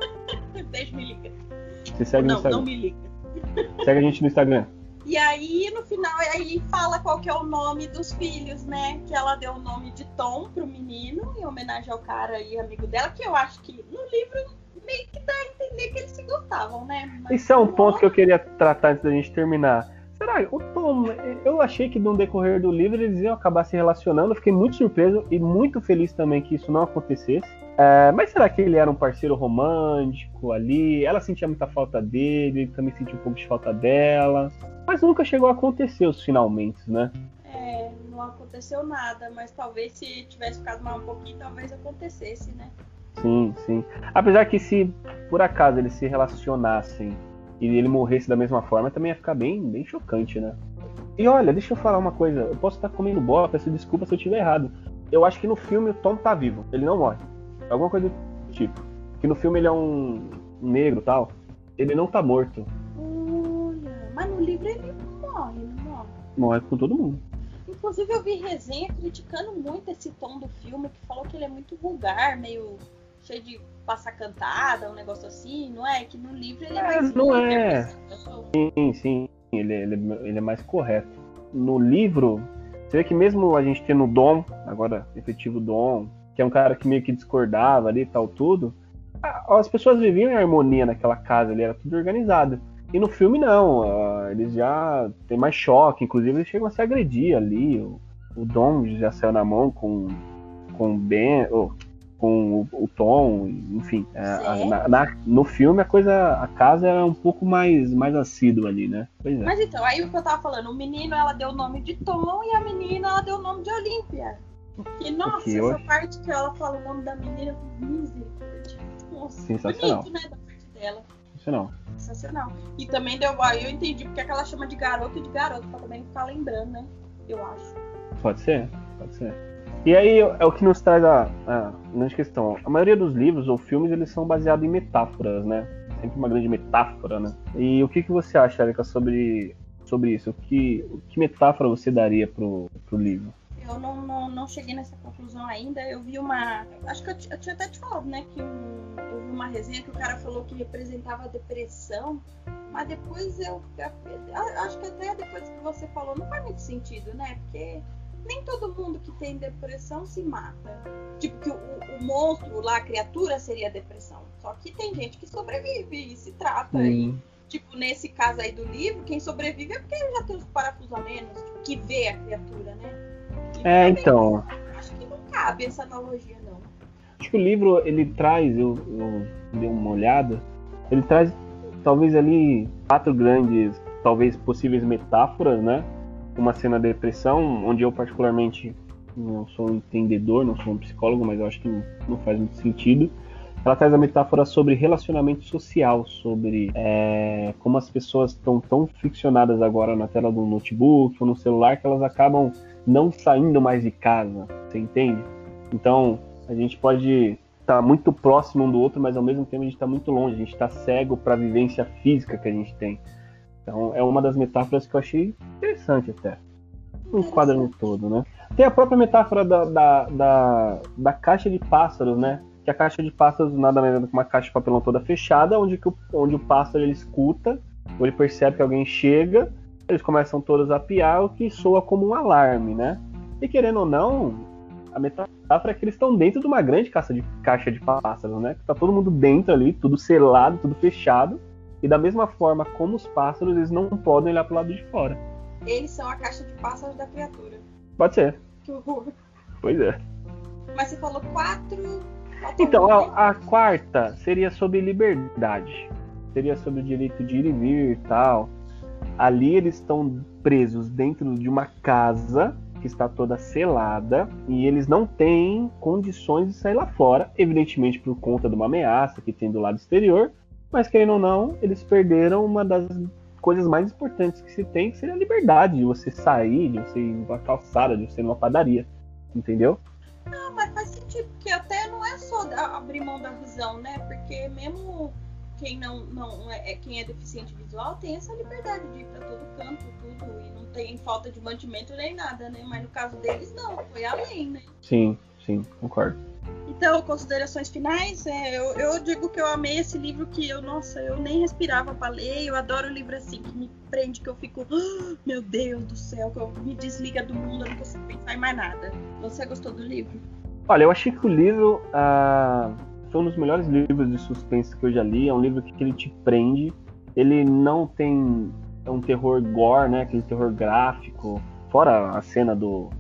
Beijo, me liga. Você segue no Instagram. Não me liga. Segue a gente no Instagram. E aí, no final, aí fala qual que é o nome dos filhos, né? Que ela deu o nome de Tom pro menino, em homenagem ao cara e amigo dela, que eu acho que no livro meio que dá a entender que eles se gostavam, né? Mas isso é um ponto que eu queria tratar antes da gente terminar. Será? O Tom, eu achei que no decorrer do livro eles iam acabar se relacionando. Eu fiquei muito surpreso e muito feliz também que isso não acontecesse. Mas será que ele era um parceiro romântico ali? Ela sentia muita falta dele, ele também sentia um pouco de falta dela. Mas nunca chegou a acontecer os finalmente, né? Não aconteceu nada, mas talvez se tivesse ficado mais um pouquinho, talvez acontecesse, né? Sim, sim. Apesar que se por acaso eles se relacionassem e ele morresse da mesma forma, também ia ficar bem, bem chocante, né? E olha, deixa eu falar uma coisa. Eu posso estar comendo bola, peço desculpa se eu estiver errado. Eu acho que no filme o Tom tá vivo, ele não morre. Alguma coisa do tipo. Que no filme ele é um negro e tal. Ele não tá morto. Olha, mas no livro ele morre, não morre? Morre com todo mundo. Inclusive eu vi resenha criticando muito esse tom do filme, que falou que ele é muito vulgar, meio cheio de passar cantada, um negócio assim, não é? Que no livro ele é mais... Não é. Sim. Ele é mais correto. No livro, você vê que mesmo a gente tendo o Dom, agora efetivo Dom, que é um cara que meio que discordava ali e tal, tudo, as pessoas viviam em harmonia naquela casa ali, era tudo organizado. E no filme não, eles já tem mais choque, inclusive eles chegam a se agredir ali. O Dom já saiu na mão com o Ben, com o Tom, enfim. No filme a casa era um pouco mais assídua ali, né? Pois é. Mas então, aí o que eu tava falando, o menino ela deu o nome de Tom e a menina ela deu o nome de Olímpia. E nossa, essa parte que ela fala o nome da menina, misericórdia. Nossa, sensacional. Bonito, né, da parte dela. Sensacional. E também deu, aí eu entendi porque é que ela chama de garoto pra também ficar lembrando, né? Eu acho. Pode ser. E aí é o que nos traz a grande questão. A maioria dos livros ou filmes, eles são baseados em metáforas, né? Sempre uma grande metáfora, né? E o que você acha, Erika, sobre isso? Que metáfora você daria pro livro? Eu não cheguei nessa conclusão ainda. Eu vi uma... Acho que eu tinha até te falado, né? Que eu vi uma resenha que o cara falou que representava a depressão. Mas depois eu acho que até depois que você falou, não faz muito sentido, né? Porque nem todo mundo que tem depressão se mata. Tipo, que o monstro lá, a criatura, seria a depressão. Só que tem gente que sobrevive e se trata. E, tipo, nesse caso aí do livro, quem sobrevive é porque já tem os parafusos a menos, tipo, que vê a criatura, né? Então... Acho que não cabe essa analogia, não. Acho que o livro, ele traz, eu dei uma olhada, ele traz talvez ali 4 grandes, talvez possíveis metáforas, né? Uma cena da depressão, onde eu particularmente não sou um entendedor, não sou um psicólogo, mas eu acho que não faz muito sentido. Ela traz a metáfora sobre relacionamento social, sobre como as pessoas estão tão ficcionadas agora na tela do notebook ou no celular que elas acabam não saindo mais de casa, você entende? Então, a gente pode estar muito próximo um do outro, mas ao mesmo tempo a gente está muito longe, a gente está cego para a vivência física que a gente tem. Então, é uma das metáforas que eu achei interessante até. Um enquadramento todo, né? Tem a própria metáfora da caixa de pássaros, né? Que a caixa de pássaros nada mais é do que uma caixa de papelão toda fechada, onde o pássaro ele escuta, ou ele percebe que alguém chega, eles começam todos a piar, o que soa como um alarme, né? E querendo ou não, a metáfora é que eles estão dentro de uma grande caixa de pássaros, né? Que tá todo mundo dentro ali, tudo selado, tudo fechado, e da mesma forma como os pássaros, eles não podem olhar pro lado de fora. Eles são a caixa de pássaros da criatura. Pode ser. Que horror. Pois é. Mas você falou 4... Então, a quarta seria sobre liberdade. Seria sobre o direito de ir e vir e tal. Ali eles estão presos dentro de uma casa que está toda selada e eles não têm condições de sair lá fora, evidentemente por conta de uma ameaça que tem do lado exterior, mas querendo ou não, eles perderam uma das coisas mais importantes que se tem, que seria a liberdade de você sair, de você ir numa calçada, de você ir numa padaria, entendeu? Não, mas faz sentido, porque até não é só abrir mão da visão, né? Porque mesmo quem quem é deficiente visual tem essa liberdade de ir pra todo canto, tudo, e não tem falta de mantimento nem nada, né? Mas no caso deles, não, foi além, né? Sim, concordo. Então, considerações finais, eu digo que eu amei esse livro que eu nem respirava pra ler, eu adoro livro assim, que me prende, que eu fico, meu Deus do céu, que eu me desliga do mundo, eu não consigo pensar em mais nada. Você gostou do livro? Olha, eu achei que o livro foi um dos melhores livros de suspense que eu já li, é um livro que ele te prende, ele não tem um terror gore, né, aquele terror gráfico, fora a cena do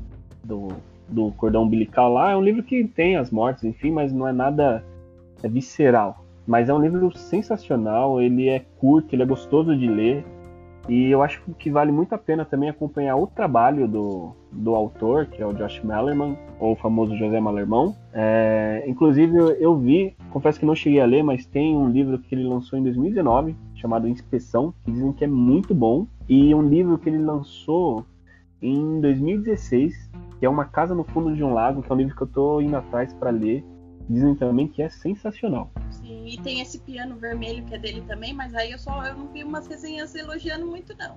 do cordão umbilical lá. É um livro que tem as mortes, enfim, mas não é nada visceral. Mas é um livro sensacional, ele é curto, ele é gostoso de ler. E eu acho que vale muito a pena também acompanhar o trabalho do autor, que é o Josh Malerman, ou o famoso José Malermão. Inclusive, eu vi, confesso que não cheguei a ler, mas tem um livro que ele lançou em 2019, chamado Inspeção, que dizem que é muito bom. E um livro que ele lançou em 2016, que é Uma Casa no Fundo de um Lago, que é um livro que eu tô indo atrás para ler. Dizem também que é sensacional. Sim, e tem esse Piano Vermelho que é dele também, mas aí eu não vi umas resenhas elogiando muito, não.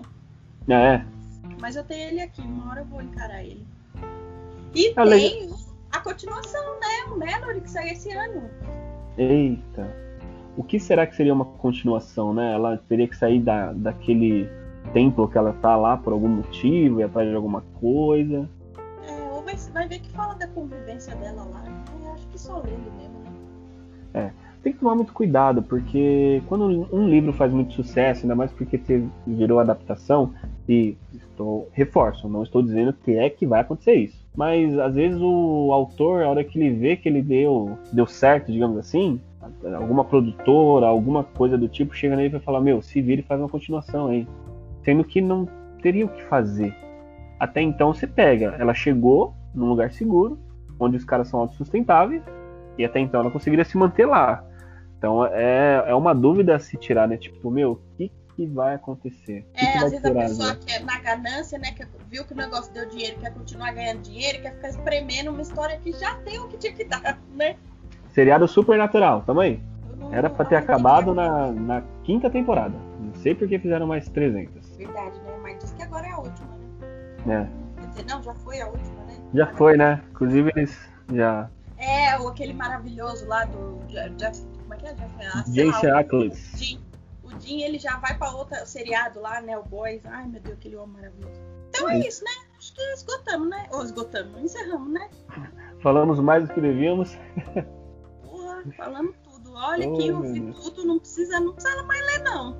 Mas eu tenho ele aqui, uma hora eu vou encarar ele. E tem a continuação, né? O Mallory, que sai esse ano. Eita. O que será que seria uma continuação, né? Ela teria que sair daquele templo que ela tá lá por algum motivo, ir atrás de alguma coisa. Ou vai ver que fala da convivência dela lá. Eu acho que só ele mesmo, né? Tem que tomar muito cuidado, porque quando um livro faz muito sucesso, ainda mais porque virou adaptação, e reforço, não estou dizendo que vai acontecer isso. Mas às vezes o autor, a hora que ele vê que ele deu certo, digamos assim, alguma produtora, alguma coisa do tipo, chega nele e vai falar, se vira e faz uma continuação aí. Sendo que não teria o que fazer. Até então você pega, ela chegou num lugar seguro, onde os caras são autossustentáveis, e até então ela conseguiria se manter lá. Então é uma dúvida a se tirar, né? Tipo, o que vai acontecer? Às vezes a pessoa que é na ganância, né? Que viu que o negócio deu dinheiro, quer continuar ganhando dinheiro, quer ficar espremendo uma história que já tem o que tinha que dar, né? Seriado Supernatural, tamo aí. Era pra ter acabado na 5ª temporada. Não sei por que fizeram mais 300. Verdade, né? Mas diz que agora é a última, né? Quer dizer, não, já foi a última, né? Já foi, né? Inclusive eles já... aquele maravilhoso lá do... Como é que é? Jason Ackles. O Jim, ele já vai pra outro seriado lá, né? O Boys. Ai, meu Deus, aquele homem maravilhoso. Então é isso, né? Acho que esgotamos, né? Encerramos, né? Falamos mais do que devíamos. Porra, falamos tudo. Olha, quem ouviu tudo não precisa mais ler, não.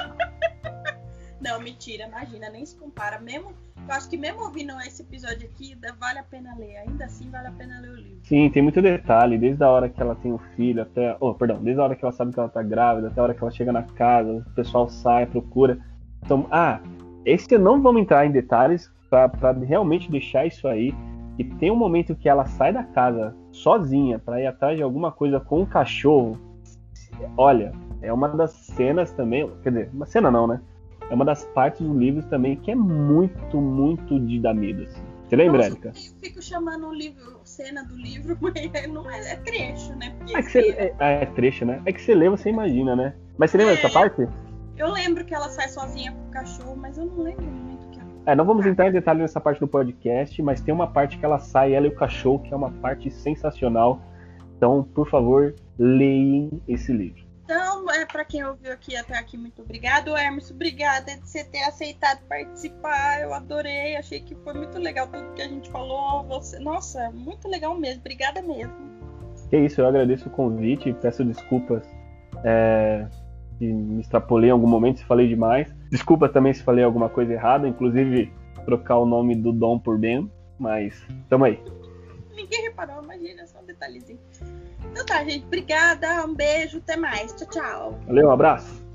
Não, mentira, imagina, nem se compara. Eu acho que mesmo ouvindo esse episódio aqui, vale a pena ler. Ainda assim, vale a pena ler o livro. Sim, tem muito detalhe. Desde a hora que ela tem o filho até... desde a hora que ela sabe que ela tá grávida, até a hora que ela chega na casa, o pessoal sai, procura. Então, esse não vamos entrar em detalhes pra realmente deixar isso aí. E tem um momento que ela sai da casa sozinha pra ir atrás de alguma coisa com um cachorro. Olha, é uma das cenas também... Quer dizer, uma cena não, né? É uma das partes do livro também que é muito, muito de dar medo. Assim. Você lembra, Érica? Eu fico chamando o livro, cena do livro, mas não é trecho, né? É trecho, né? É que você lê, você imagina, né? Mas você lembra dessa parte? Eu lembro que ela sai sozinha com o cachorro, mas eu não lembro muito que ela... Não vamos entrar em detalhe nessa parte do podcast, mas tem uma parte que ela sai, ela e o cachorro, que é uma parte sensacional. Então, por favor, leem esse livro. Então, para quem ouviu aqui até aqui, muito obrigado. Hermes, obrigada de você ter aceitado participar. Eu adorei, achei que foi muito legal tudo que a gente falou. Nossa, muito legal mesmo. Obrigada mesmo. É isso, eu agradeço o convite, peço desculpas se me extrapolei em algum momento, se falei demais. Desculpa também se falei alguma coisa errada, inclusive trocar o nome do Dom por Ben, mas tamo aí. Ninguém reparou, imagina, só um detalhezinho. Então tá, gente. Obrigada, um beijo, até mais. Tchau, tchau. Valeu, um abraço.